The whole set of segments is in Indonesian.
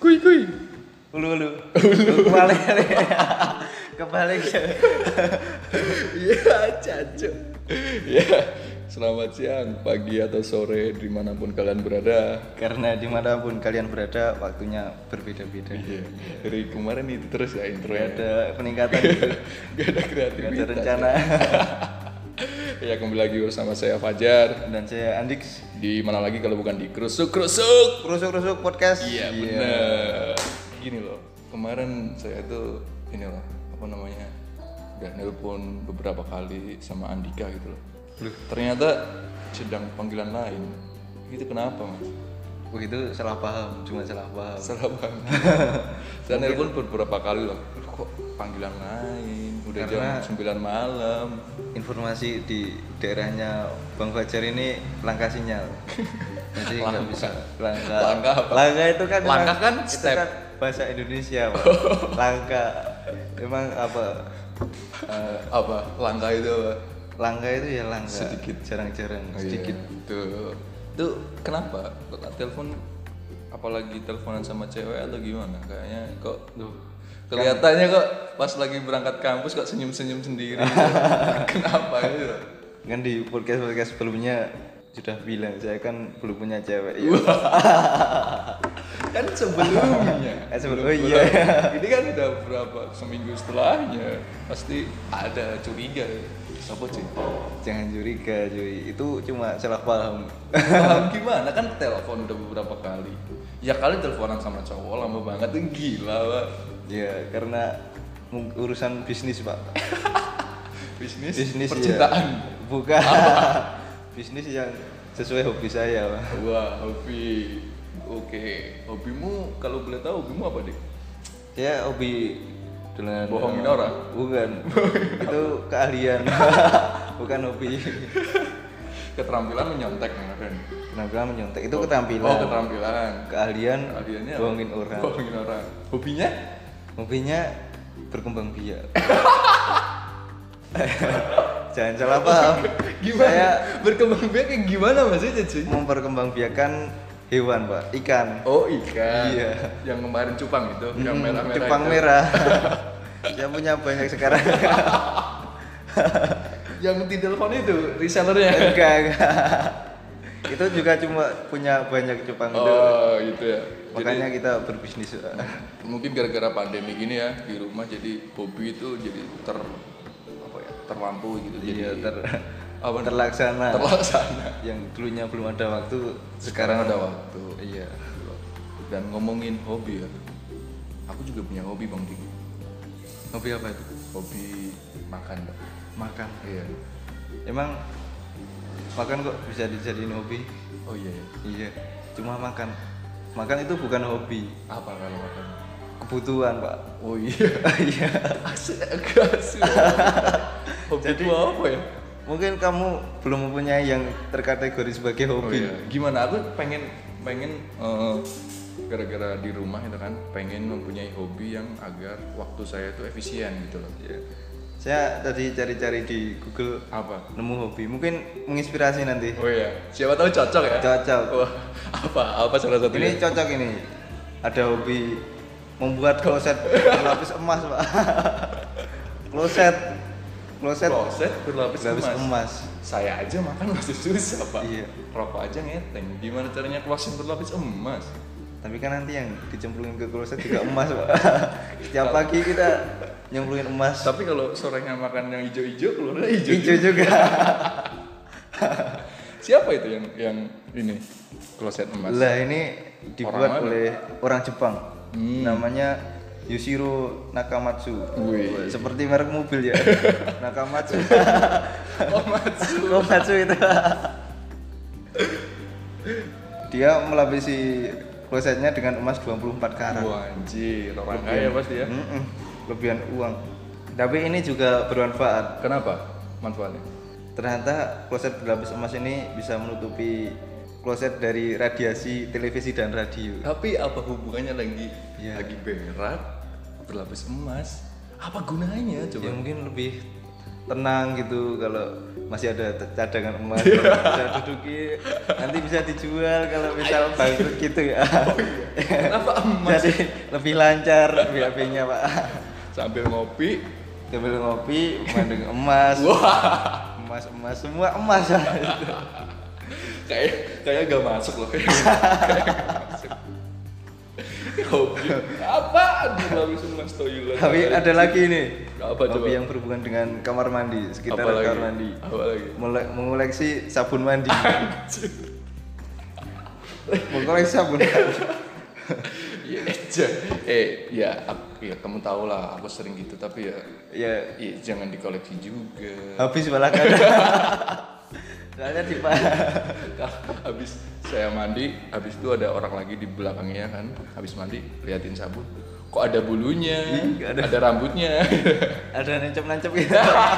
Kuy. Ulu. Kebalik. Kebalik. Iya, cancuk. Ya, selamat siang, pagi atau sore dimanapun kalian berada. Karena dimanapun kalian berada, waktunya berbeda-beda. Iya, dari kemarin itu terus ya intronya. Gak ada peningkatan gitu. Gak ada kreativitas. Gak ada rencana. Ya, kembali lagi bersama saya Fajar. Dan saya Andix. Di mana lagi kalau bukan di Krusuk. Rusuk podcast. Iya, bener. Gini loh, kemarin saya tuh inilah apa namanya, udah nelpon beberapa kali sama Andika gitu loh. Ternyata sedang panggilan lain. Itu kenapa, Mas? Itu salah paham, cuma salah paham. Salah banget. Saya nelpon beberapa kali loh. Kok panggilan lain? Udah Karena jam 9 malam. informasi di daerahnya Bang Fajar ini langka sinyal. Jadi nggak bisa. Langka apa? Langka itu kan Langka kan itu step. kan bahasa Indonesia, Pak. Langka. Emang apa? Apa? Langka itu apa? Langka itu ya langka. Sedikit. Jarang-jarang. Oh, Sedikit. Iya. Itu kenapa? Kok telepon, apalagi teleponan sama cewek atau gimana? Kayaknya kok kelihatannya kok pas lagi berangkat kampus kok senyum-senyum sendiri. Kenapa itu? Kan di podcast sebelumnya sudah bilang saya kan belum punya cewek ya. Kan sebelumnya. Oh iya. Ini kan udah berapa seminggu setelahnya pasti ada curiga. Siapa sih? Jangan curiga cuy, itu cuma salah paham. Paham gimana? Kan telepon udah beberapa kali. Ya kali teleponan sama cowok lama banget, gila Pak. Ya karena urusan bisnis Pak. Bisnis percintaan. Ya. Bukan. Bisnis yang sesuai hobi saya Pak. Wah, hobi. Oke. Hobimu kalau boleh tahu hobimu apa, Dik? Saya hobi dengan bohongin orang? Bukan. Itu keahlian. Bukan hobi. Keterampilan menyontek kan? Keterampilan menyontek itu keterampilan. Oh, keterampilan. Keahliannya bohongin orang. Bohongin orang. Hobinya? Hobinya berkembang biak. Jangan salah paham. Gimana? Saya berkembang biak kayak gimana maksudnya, cuy? Memperkembangbiakan hewan, Pak. Ikan. Oh, ikan. Iya. Yang kemarin cupang itu, yang merah-merah. Cupang itu. merah. Saya punya banyak sekarang. Yang di telepon itu resellernya. Enggak. Itu juga cuma punya banyak cupang itu. Oh, gitu ya. Makanya kita berbisnis. Mungkin gara-gara pandemi gini ya di rumah, jadi hobi itu jadi terlampau gitu. Iya, jadi terlaksana. Yang dulunya belum ada waktu, sekarang ada waktu. Iya. Dan ngomongin hobi ya, aku juga punya hobi Bang Diki. Hobi apa itu? Hobi makan, Bang. Makan. Iya. Emang makan kok bisa dijadiin hobi? Oh iya. Iya. Cuma makan. Makan itu bukan hobi. Apa kalau makan? Kebutuhan, Pak. Oh iya. Iya. Asik. Hobi Jadi, itu apa ya? Mungkin kamu belum mempunyai yang terkategori sebagai hobi. Oh, iya. Gimana? Aku pengen gara-gara di rumah itu kan pengen mempunyai hobi yang agar waktu saya itu efisien gitu loh. Iya. Saya tadi cari-cari di Google Apa? nemu hobi. Mungkin menginspirasi nanti. Oh iya. Siapa tahu cocok ya? Cocok. Wah, apa salah satunya? Ini cocok ini. Ada hobi membuat kloset berlapis emas, Pak. kloset berlapis emas. Saya aja makan masih susah, Pak. Iya. Rokok aja ngeteng. Gimana caranya kloset berlapis emas? Tapi kan nanti yang dicemplungin ke kloset juga emas, Pak. Setiap pagi kita nyemplungin emas. Tapi kalau sorenya makan yang hijau-hijau, keluarnya Hijau juga. Siapa itu yang ini kloset emas? Lah ini dibuat oleh orang Jepang. Namanya Yoshiro Nakamatsu. Wih. Seperti merek mobil ya. Nakamatsu. Komatsu itu. Dia melapisi klosetnya dengan emas 24 karat. Wah, anjir, orang kaya pasti ya. Lebihan uang. Tapi ini juga bermanfaat. Kenapa manfaatnya? Ternyata kloset berlapis emas ini bisa menutupi kloset dari radiasi televisi dan radio. Tapi apa hubungannya lagi Ya. berak berlapis emas? Apa gunanya coba? Ya mungkin lebih tenang gitu kalau masih ada cadangan emas bisa duduki nanti bisa dijual kalau misal bangkrut gitu ya. Kenapa emas? Jadi lebih lancar BAB-nya Pak. Sambil ngopi. Sambil ngopi mandeng emas. Wah. Emas semua emas. Kayak gak masuk loh. Kayak gak masuk. Hobi apaan bagus mas toilet. Tapi ada lagi nih. Apa coba? Hobi yang berhubungan dengan kamar mandi, sekitar Apa kamar lagi? mandi. Apa lagi? Mengoleksi sabun mandi. Mengoleksi sabun mandi. Iya aja. Ya, ya kamu tahu lah, aku sering gitu tapi ya, Ya, jangan dikoleksi juga. habis malah kan. Soalnya di Habis saya mandi, habis itu ada orang lagi di belakangnya kan, habis mandi liatin sabun, kok ada bulunya, ada rambutnya, ada nancep gitu.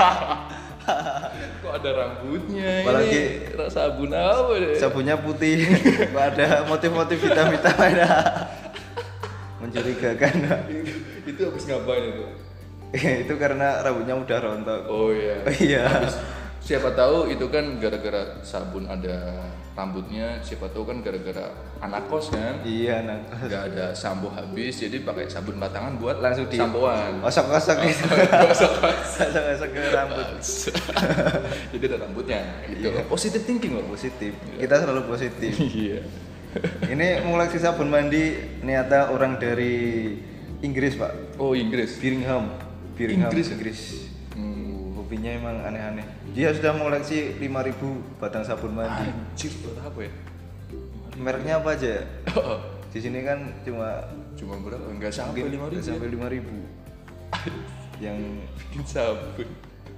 kok ada rambutnya, Apalagi ini sabun apa deh? sabunnya putih, kok ada motif-motif hitam-hitam ada. Mencurigakan. Itu habis ngapain itu? Itu karena rambutnya udah rontok. Oh iya. Iya. Siapa tahu itu kan gara-gara sabun ada rambutnya, siapa tahu kan gara-gara anak kos kan. Iya, Nggak ada sampo habis, jadi pakai sabun batangan buat langsung di sampoan. osok-osok gitu. Gosok-gosok. Osok-osok ke rambut. Jadi ada rambutnya gitu. Positive thinking loh. Positif. Kita selalu positif. Iya. Ini mengoleksi sabun mandi ternyata orang dari Inggris, Pak. Oh, Inggris. Birmingham, Inggris ya? Inggris. Hmm. Hobinya emang aneh-aneh. Dia sudah mengoleksi 5.000 batang sabun mandi. Anjir, buat apa ya? Mereknya apa aja? Oh, Di sini kan cuma cuma berapa? Enggak sampai 5.000. sampai 5.000. Yang Bikin sabun.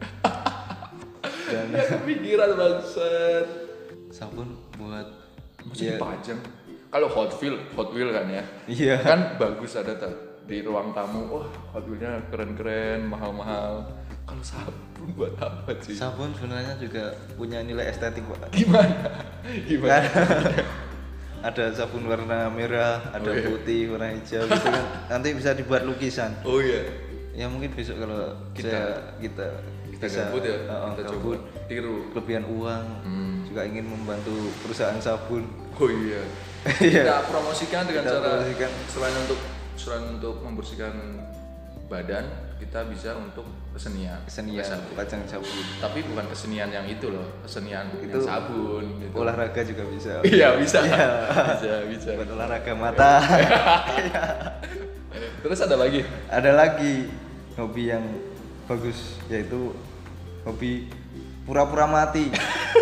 dan Ya kepikiran banget. sabun buat Masa ya, dipajang? Kalau Hot Wheel kan ya. iya. Kan bagus ada tuh di ruang tamu. Wah, Hot Wheel-nya keren-keren, mahal-mahal. Kalau sabun buat apa sih? Sabun sebenarnya juga punya nilai estetik, Pak. Gimana? Gimana? Ada sabun warna merah, ada Oh, iya. putih, warna hijau gitu kan. Nanti bisa dibuat lukisan. Oh iya. Ya mungkin besok kalau Kita kita Kita gabut ya. Kita coba gabut, tiru. kelebihan uang, juga ingin membantu perusahaan sabun. Oh iya. Iya. Kita promosikan dengan Kita cara promosikan. selain untuk membersihkan badan, kita bisa untuk kesenian. Kesenian pakai sabun. pajang sabun. Tapi bukan kesenian yang itu loh, kesenian Itu yang sabun gitu. Olahraga juga bisa. Iya, bisa. Iya. Bisa. Buat olahraga mata. Terus ada lagi? Ada lagi hobi yang bagus yaitu hobi pura-pura mati.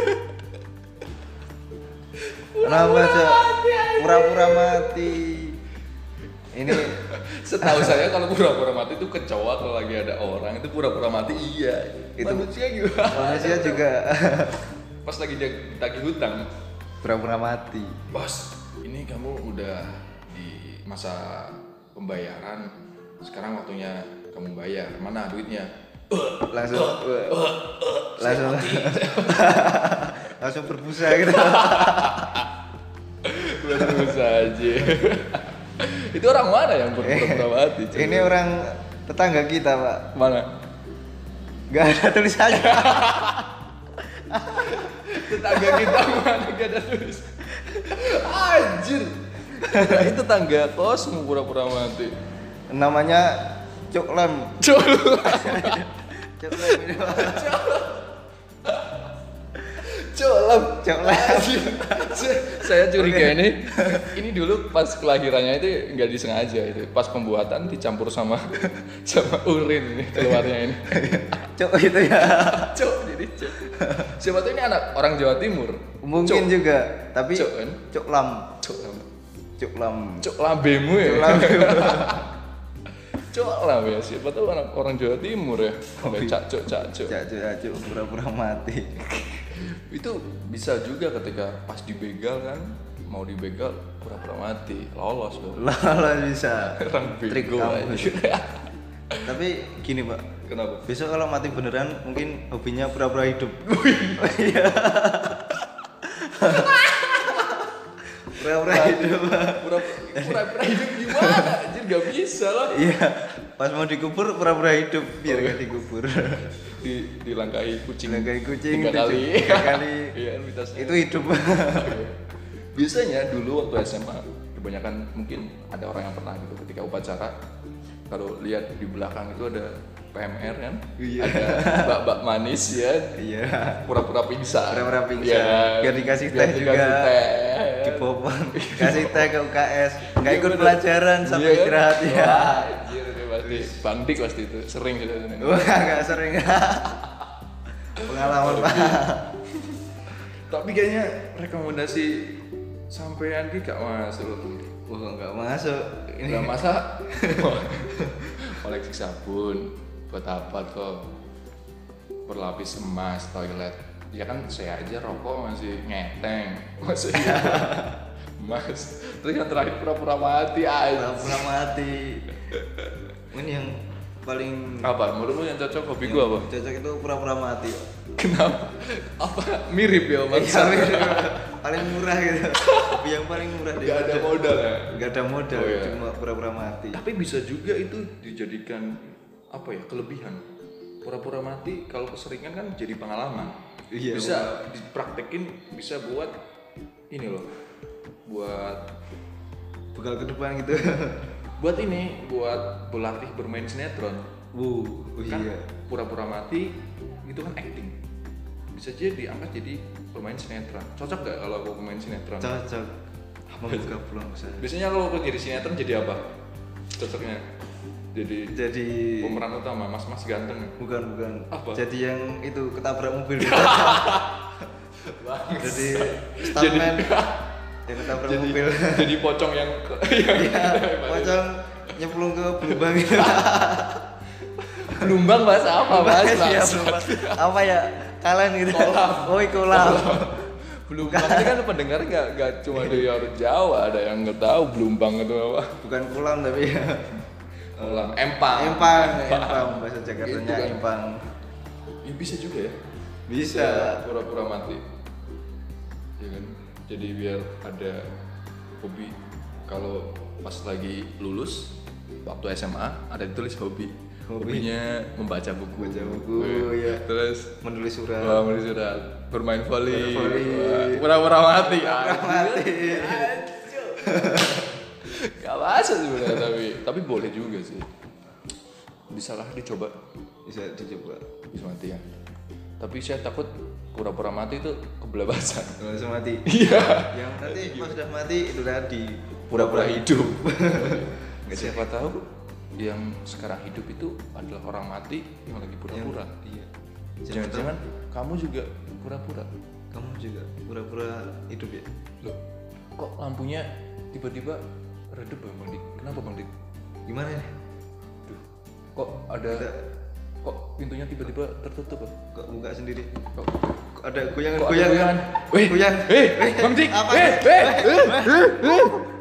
Kenapa Cok? Pura-pura mati. Ini Setahu saya kalau pura-pura mati itu kecoa, kalau lagi ada orang itu pura-pura mati. Iya. Itu- Manusia gimana? manusia juga Pas lagi ditagih hutang. pura-pura mati. Bos, ini kamu udah di masa pembayaran. Sekarang waktunya kamu bayar. Mana duitnya? Langsung langsung langsung berbusa gitu. Terus aja. Itu orang mana yang pura-pura mati? coba? Ini orang tetangga kita, Pak. Mana? Gak ada tulisannya. Tetangga kita mana gak ada tulis. Anjir. Itu tetangga kosmu pura-pura mati. Namanya Cuk Lem. Coba. Cuk Lem ini, Pak. Colam. Cuk Lem. Saya curiga ini dulu pas kelahirannya itu nggak disengaja itu. Pas pembuatan dicampur sama urin ini keluarnya ini. Cuk itu ya. Cok, jadi cok. Siapa tuh ini anak orang Jawa Timur. Mungkin Cuk. juga, tapi Cuk kan? Cuk Lam. Cok, Cuk Lam. cok lambemu ya. Cuk Lam. Cok lam ya. Siapa tuh anak orang Jawa Timur ya. Sampai cak cok. Cuk pura-pura mati. Itu bisa juga ketika pas dibegal kan, mau dibegal pura-pura mati, lolos loh. Lah bisa. Orang Trik bego kamu. aja. Tapi gini, Pak. Kenapa? Besok kalau mati beneran mungkin hobinya pura-pura hidup. Pura-pura hidup. Pura-pura hidup gimana? Anjir gak bisa lah. Iya. Pas mau dikubur pura-pura hidup biar gak dikubur. Dilangkahi kucing. Dilangkahi kucing 3 kali. 3 kali. Iya, mitosnya. Itu hidup. Biasanya dulu waktu SMA kebanyakan mungkin ada orang yang pernah gitu ketika upacara kalau lihat di belakang itu ada PMR kan, Iya. ada mbak-mbak manis ya, Iya. pura-pura pingsan, Pura-pura pingsan. Iya, Biar dikasih biar teh dikasih juga. teh. Dipopon. Kasih teh ke UKS. Enggak Iya, ikut bener. pelajaran sampai Iya kan? istirahat ya. Wah, anjir, itu pasti Bang Dik pasti itu sering gitu. Wah, enggak sering. Pengalaman, Pak. Tapi kayaknya rekomendasi sampean ki gak masuk tuh. Wah, enggak masuk. Ini Gak masa koleksi sabun buat apa tuh, berlapis emas toilet ya kan, saya aja rokok masih ngeteng masih emas, terus yang terakhir pura-pura mati aja. pura-pura mati. Ini yang paling Apa menurutmu yang cocok hobi gua apa? cocok itu pura-pura mati. Kenapa? Apa mirip ya mas? Paling murah gitu. Tapi yang paling murah Gak ada modal ya? Gak ada modal, Oh, iya. cuma pura-pura mati. Tapi bisa juga itu dijadikan apa ya, kelebihan. Pura-pura mati kalau keseringan kan jadi pengalaman. Iya, Bisa dipraktekin, bisa buat ini loh. Buat Bekal ke depan gitu. buat ini, buat berlatih bermain sinetron. Kan Iya. pura-pura mati itu kan acting. Bisa jadi diangkat jadi pemain sinetron. Cocok gak kalau aku pemain sinetron? Cocok. Membuka peluang besar. Biasanya kalau aku jadi sinetron jadi apa? Cocoknya? Jadi pemeran utama, mas-mas ganteng. bukan. Apa? Jadi yang itu ketabrak mobil. Jadi stuntman yang ketabrak mobil. Jadi pocong yang Pocong nyemplung ke Blumbang gitu. Blumbang bahasa apa mas? Iya, Blumbang. Apa ya? Kalian gitu. Kolam. Oh, kolam. Blumbang ini kan pendengar nggak cuma dari orang Jawa, ada yang nggak tahu Blumbang itu apa. Bukan kolam tapi Kolam, empang. bahasa Itu Jakartanya kan. empang. Ya, bisa juga ya. Bisa. Pura-pura mati. Ya kan. Jadi biar ada hobi. Kalau pas lagi lulus waktu SMA ada ditulis hobi. Hobinya membaca buku. Baca buku, ya. Terus Menulis surat. menulis surat, bermain volley. Bermain volley. Wah, pura-pura mati. Mati. Gak masuk sebenarnya tapi boleh juga sih. Bisa lah dicoba. Bisa dicoba. Bisa mati ya. Tapi saya takut pura-pura mati itu kebelabasan. Langsung mati. Iya. Yang nanti pas sudah mati itu tadi Pura-pura hidup. Siapa tahu yang sekarang hidup itu adalah orang mati yang lagi pura-pura. Iya. Jangan-jangan kamu juga pura-pura. Kamu juga pura-pura hidup ya? Loh, kok lampunya tiba-tiba redup ya Bang Dik? Kenapa Bang Dik? Gimana nih? Duh, kok ada kok pintunya tiba-tiba tertutup ya? Kok buka sendiri? Kok Kok ada goyangan? kok ada goyangan? Goyang. Bang Dik! Apa? Weh!